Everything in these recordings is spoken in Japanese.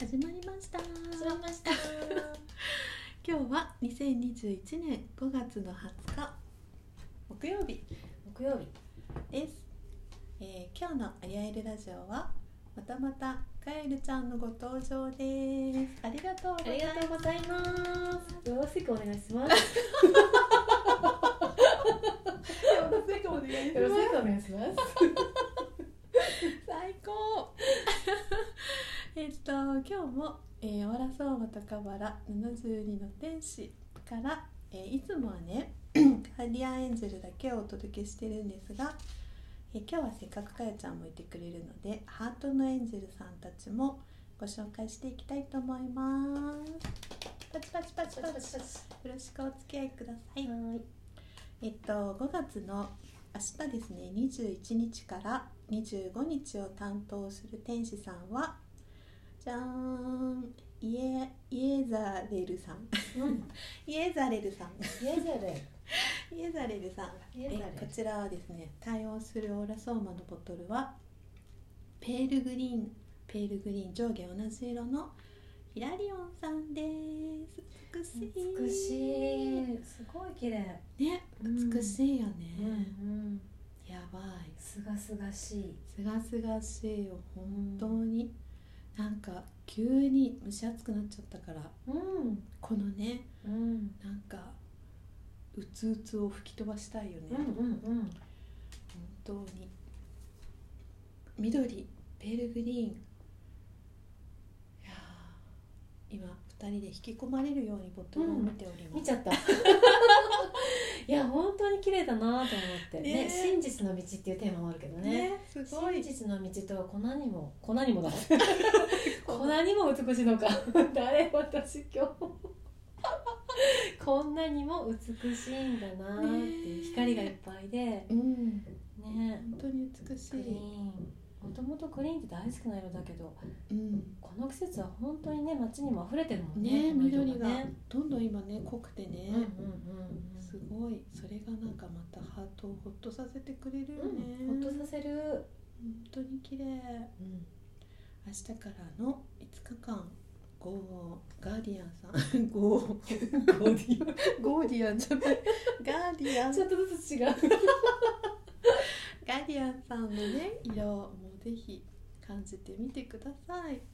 始まりました。 始まりました今日は2021年5月の20日木曜日です。今日のあやえるラジオはまたまたカエルちゃんのご登場です。ありがとうございます。 ありがとうございます。よろしくお願いします。 よろしくお願いします。 よろしくお願いします。 最高今日も、オラソーマとカバラ72の天使から、いつもはねガーディアンエンジェルだけをお届けしてるんですが、今日はせっかくかやちゃんもいてくれるのでハートのエンジェルさんたちもご紹介していきたいと思います。パチパチパチパチ、よろしくお付き合いください。5月の明日ですね、21日から25日を担当する天使さんはじゃーん、イエザレルさん、イエザレルさんこちらはですね、対応するオーラソーマのボトルはペールグリーン上下同じ色のヒラリオンさんです。美しい、 すごい綺麗ね、美しいよね、やばい、 すがすがしい、 すがすがしいよ、本当に、なんか急に蒸し暑くなっちゃったから、このね、なんかうつうつを吹き飛ばしたいよね、本当に。緑、ペールグリーン、いや今2人で引き込まれるようにボトルを見ております、 見ちゃったいや本当に綺麗だなと思って、ね、真実の道っていうテーマもあるけど ね、すごい、真実の道とは粉にもだ粉にも美しいのか誰私今日こんなにも美しいんだなっていう、光がいっぱいで、ね、 本当に美しい。 グリーン、もともとグリーンって大好きな色だけど、この季節は本当にね、街にも溢れてるもんね、 緑がどんどん今ね濃くてね、すごい、それがなんかまたハートをホッとさせてくれるよね、 ホッとさせる、 本当に綺麗。明日からの5日間ガーディアンさんゴーディアンじゃないガーディアン、 ちょっとずつ違うガーディアンさんのね色もぜひ感じてみてください。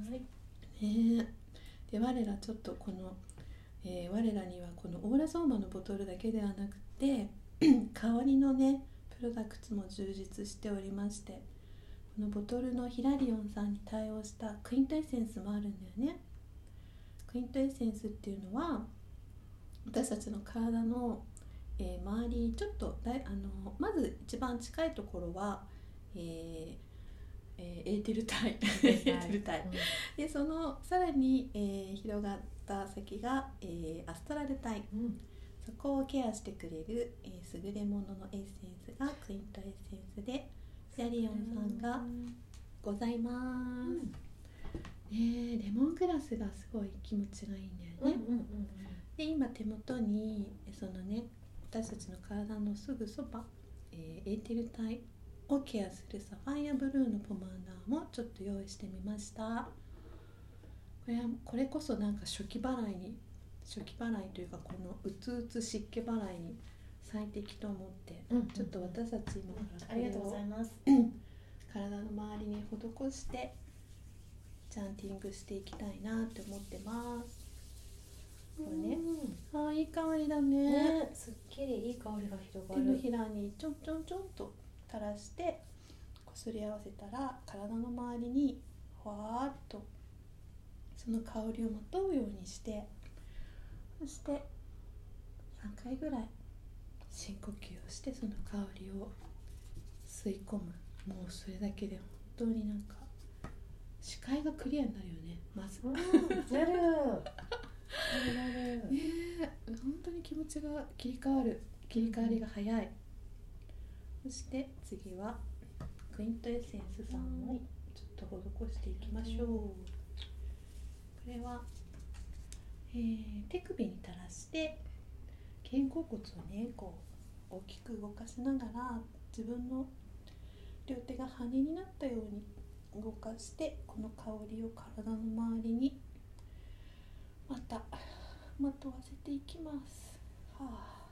で我らちょっとこの、我らにはこのオーラソーマのボトルだけではなくて香りのねプロダクツも充実しておりまして、このボトルのヒラリオンさんに対応したクイントエッセンスもあるんだよね。クイントエッセンスっていうのは私たちの体の、周りちょっとまず一番近いところは、エーテル体で、そのさらに、広がった先が、アストラル体、そこをケアしてくれる、優れもののエッセンスがクイントエッセンスでヒラリオンさんがございます、レモングラスがすごい気持ちがいいんだよね、で今手元にそのね、私たちの体のすぐそば、エーテル体をケアするサファイアブルーのポマーダーもちょっと用意してみました。これこそなんか初期払いというか、このうつうつ湿気払いに最適と思って、ちょっと私たち今からありがとうございます体の周りに施してチャンティングしていきたいなって思ってます。これね、いい香りだ ね、 すっきりいい香りが広がる。 手のひらにちょんちょんちょんと垂らしてこすり合わせたら、体の周りにふわーっとその香りをまとうようにして、そして3回ぐらい深呼吸をして、その香りを吸い込む。もうそれだけで本当になんか視界がクリアになるよね、まず。 なる本当に気持ちが切り替わりが早い。そして次はクイントエッセンスさんをちょっと施していきましょう。これは、手首に垂らして肩甲骨をねこう大きく動かしながら、自分の両手が羽になったように動かしてこの香りを体の周りにまたまとわせていきます。は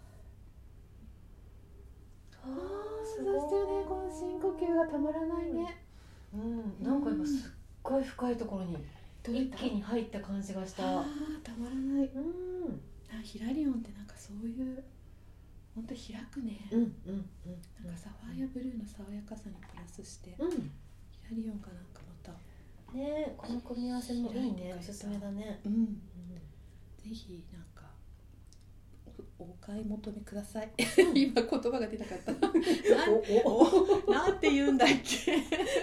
あ、 すごい。そしてね、この深呼吸がたまらないね。なんか今すっごい深いところに一気に入った感じがした。 たまらない。ヒラリオンってなんかそういう本当開くね。なんかサファイアブルーの爽やかさにプラスして、ヒラリオンがなんかまたね、この組み合わせもいいね。おすすめだね。 ぜひなんかお買い求めください。今言葉が出なかった。なんて言うんだっけ。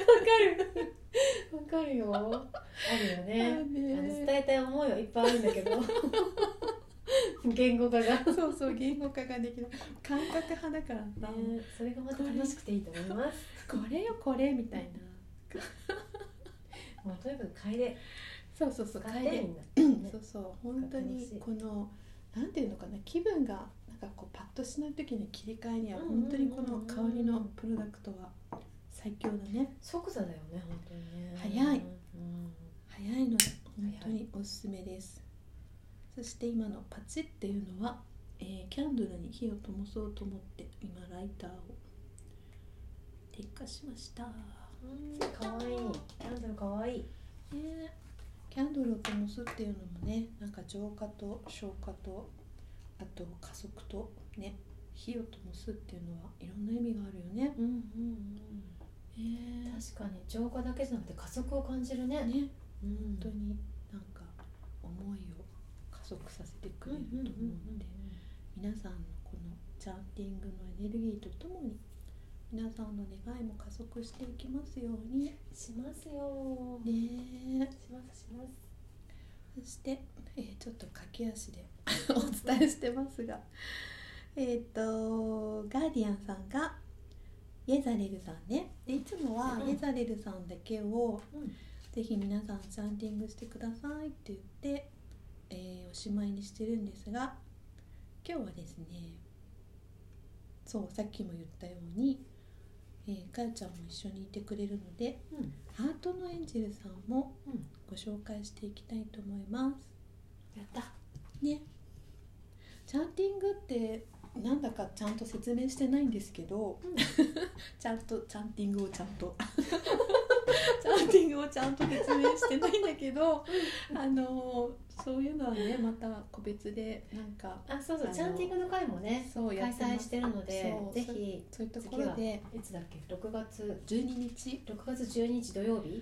わかるよ。あるよね。伝えたい思いはいっぱいあるんだけど。言語化がそう言語化ができない。感覚派だからさ、 それがまた楽しくていいと思います。 これよこれみたいな。 もうとにかく嗅いで。 そう嗅いでみんな。そう本当にこのなんていうのかな、気分がなんかこうパッとしない時の切り替えには本当にこの香りのプロダクトは最強だね。 即座だよね、本当にね。 早いので本当におすすめです。そして今のパチっていうのは、キャンドルに火を灯そうと思って今ライターを点火しました。 かわいい。キャンドルかわいい。 キャンドルを灯すっていうのもね、なんか浄化と消化とあと加速とね、火を灯すっていうのはいろんな意味があるよね。 確かに浄化だけじゃなくて加速を感じるね。 本当になんか思いを加速させてくれると思うので、皆さんのこのチャンティングのエネルギーとともに皆さんの願いも加速していきますように。 しますよね。 します。 そして、ちょっと駆け足でお伝えしてますがガーディアンさんがイェザレルさんね。でいつもはイェザレルさんだけを、ぜひ皆さんチャンティングしてくださいって言って、おしまいにしてるんですが、今日はですね、そうさっきも言ったように、かよちゃんも一緒にいてくれるので、ハートのエンジェルさんもご紹介していきたいと思います。 やったね。チャンティングってなんだかちゃんと説明してないんですけど、チャンティングをちゃんと説明してないんだけど、そういうのはねまた個別でなんかチャンティングの会もね開催してるので、ぜひそういうところでいつだっけ、6月 12日土曜日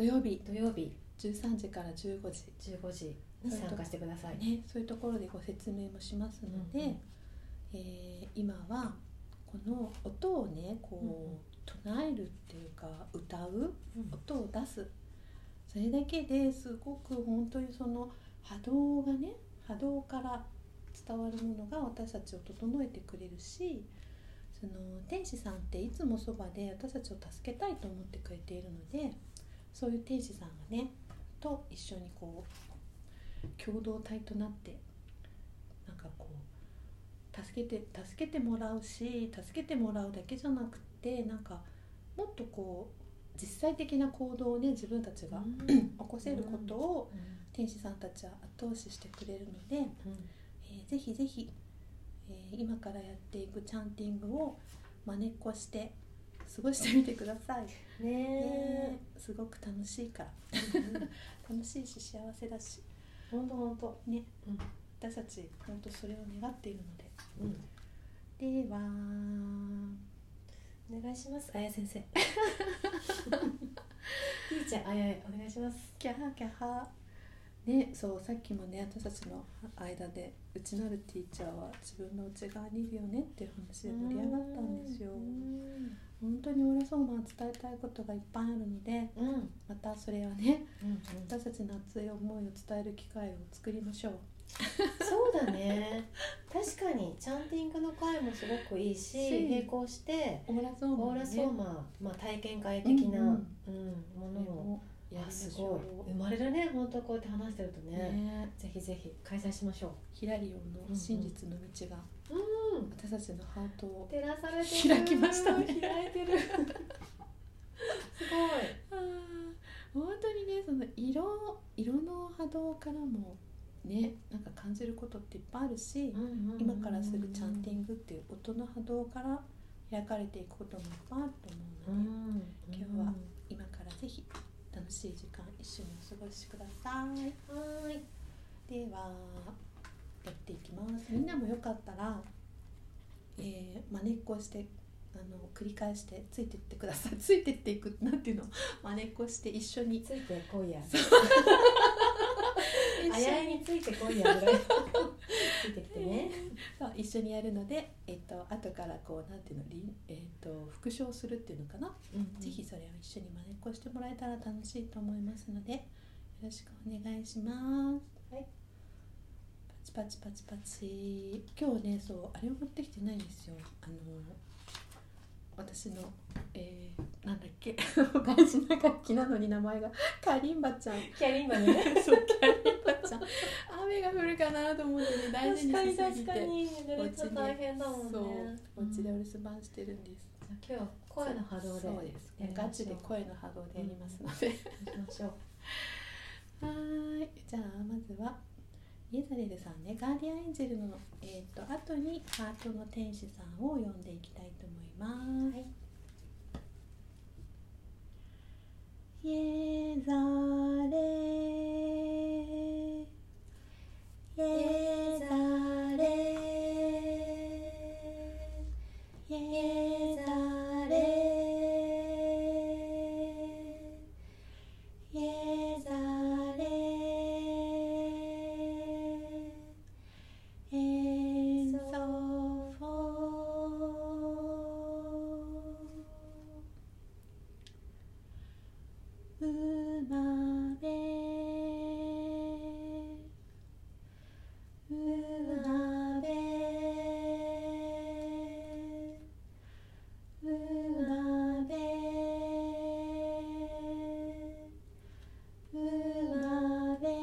13時から15時に参加してくださいね。そういうところでご説明もしますので、今はこの音をねこう唱えるっていうか歌う、音を出す、それだけですごく本当にその波動から伝わるものが私たちを整えてくれるし、その天使さんっていつもそばで私たちを助けたいと思ってくれているので、そういう天使さんがねと一緒にこう共同体となってなんかこう助けてもらうし、助けてもらうだけじゃなくて、なんかもっとこう実際的な行動をね自分たちが起こせることを天使さんたちは後押ししてくれるので、ぜひぜひ、今からやっていくチャンティングを真似っこして過ごしてみてくださいね。すごく楽しいから楽しいし幸せだし、 本当ね、私たち本当それを願っているので、ではお願いします、あや先生。ゆうちゃん、あやお願いします。 キャハキャハね。そうさっきもね私たちの間で内なるティーチャーは自分の内側にいるよねっていう話で盛り上がったんですよ。本当にオーラソーマは伝えたいことがいっぱいあるので、またそれはね、私たちの熱い思いを伝える機会を作りましょう。 そうだね。確かにチャンティングの会もすごくいいし、並行してオーラソーマ、体験会的な、ものをすごい生まれるね。本当こうやって話してるとね、ぜひぜひ開催しましょう。 ヒラリオンの真実の道が、私たちのハートを照らされてる、 開きましたね。 開いてる。すごい。 本当にね、その色の波動からもね、なんか感じることっていっぱいあるし、今からするチャンティングっていう音の波動から開かれていくこともいっぱいあると思うので、今日は今からぜひ楽しい時間一緒にお過ごしください。 はい。 ではやっていきます。みんなもよかったら、真似っこして繰り返してついてってください。ついてっていく、なんていうの、真似っこして一緒についてこいや。あやいについてこいやぐらいついてきてね。 そう、一緒にやるので、後からこうなんていうの、復唱するっていうのかな、ぜひそれを一緒に真似っこしてもらえたら楽しいと思いますので、よろしくお願いします。はい。パチパチパチパチ。今日ね、そうあれを持ってきてないんですよ。私の、なんだっけ大事な楽器なのに名前がカリンバちゃん。 キャリンバね。 そう、キャリンバちゃん。雨が降るかなと思ってね、大事にしすぎて。 確かに濡れちゃ大変だもんね。 そう、お家でお留守番してるんです。 今日声の波動で。 そうです。ガチで声の波動でやりますので。 しましょう。 はい。じゃあまずはイエザレルさんね、ガーディアンエンジェルの後にハートの天使さんを呼んでいきたいと思います。はい。イエザレ、イエザレ、イエザレ、イエザレ、エンソフォー、うまべ、うまべ、うまべ、うまべ、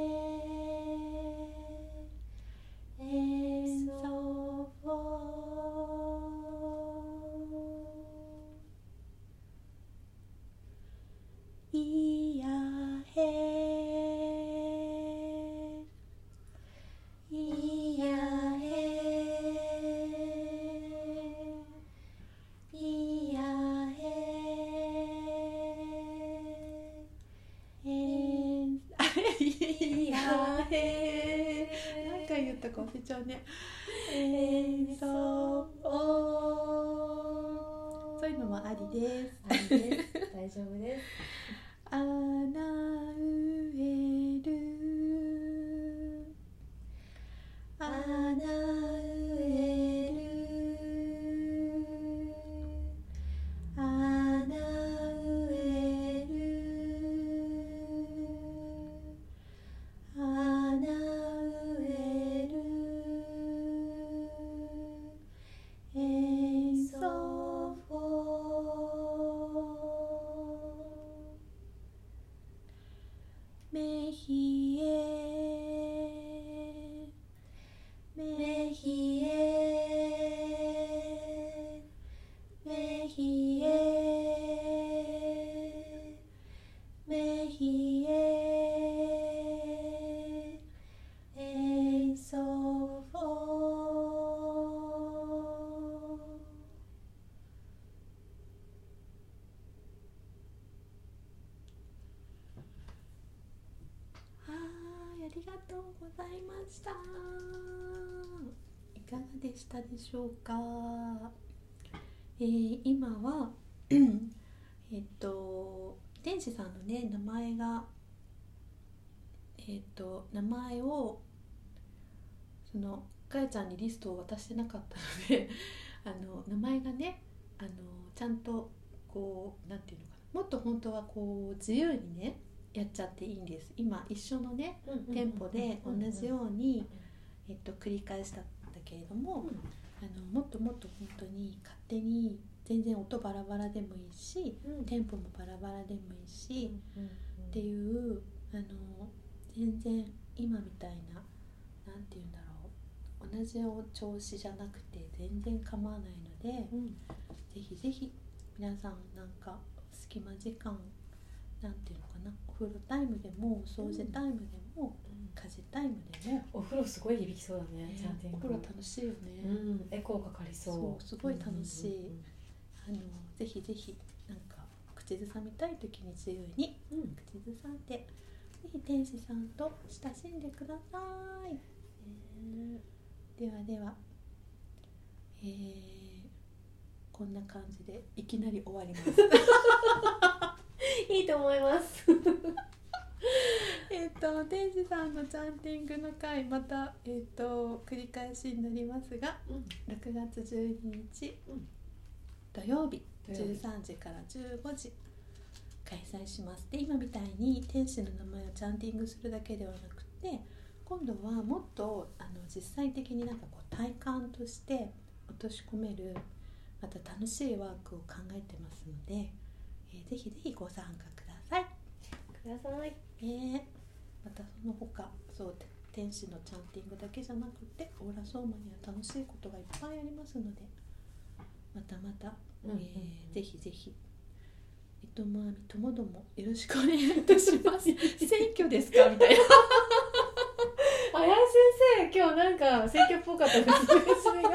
エンソフォー、イヤヘ、イヤヘ、イヤヘ、イヤヘ、何回言ったか忘れちゃうね。エンソフォー、そういうのもありです。 ありです。大丈夫です。 アナウエル、アナウエル、アナウエル、アナウエル、エンソフォー、メヒエ、メヒエ、メヒエ、メヒエ、エンソフォー。はい、ありがとうございました。いかがでしたでしょうか。今は天使さんのね、名前が名前をそのかやちゃんにリストを渡してなかったので名前がね、ちゃんとこうなんていうのかな、もっと本当はこう自由にねやっちゃっていいんです。今一緒のねテンポで同じように繰り返したんだけれども、もっともっと本当に勝手に全然音バラバラでもいいし、テンポもバラバラでもいいし、っていう全然今みたいな、なんていうんだろう、同じ調子じゃなくて全然構わないので、ぜひぜひ皆さんなんか隙間時間なんていうのかな、お風呂タイムでも掃除タイムでも、家事タイムでも。 お風呂すごい響きそうだね、チャンティング。 お風呂楽しいよね。 エコーかかりそう。 そうすごい楽しい。ぜひぜひなんか口ずさみたい時に自由に口ずさんで、ぜひ天使さんと親しんでください。ではでは、こんな感じでいきなり終わります。 いいと思います。 天使さんのチャンティングの回、また、繰り返しになりますが、6月12日、土曜日13時から15時開催します。で、今みたいに天使の名前をチャンティングするだけではなくて、今度はもっと実際的になんかこう体感として落とし込める、また楽しいワークを考えてますので、ぜひぜひご参加ください。またその他、そう天使のチャンティングだけじゃなくて、オーラソーマには楽しいことがいっぱいありますので、またまた、ぜひぜひともあみともどもよろしくお願いいたします。選挙ですかみたいな。 綾井先生、今日なんか選挙っぽかったですね。それが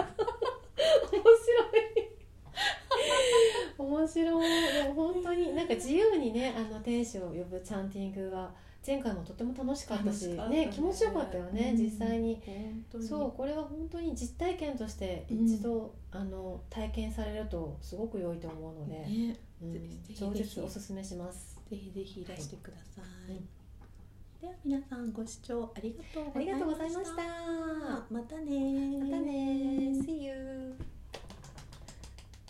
面白い。でも本当になんか自由にね、天使を呼ぶチャンティングが前回もとても楽しかったし、ね、気持ちよかったよね、実際に。そう、これは本当に実体験として一度、体験されるとすごく良いと思うので、超絶おすすめします。 ぜひぜひいらしてください。では皆さん、ご視聴ありがとうございました。またね。 See you.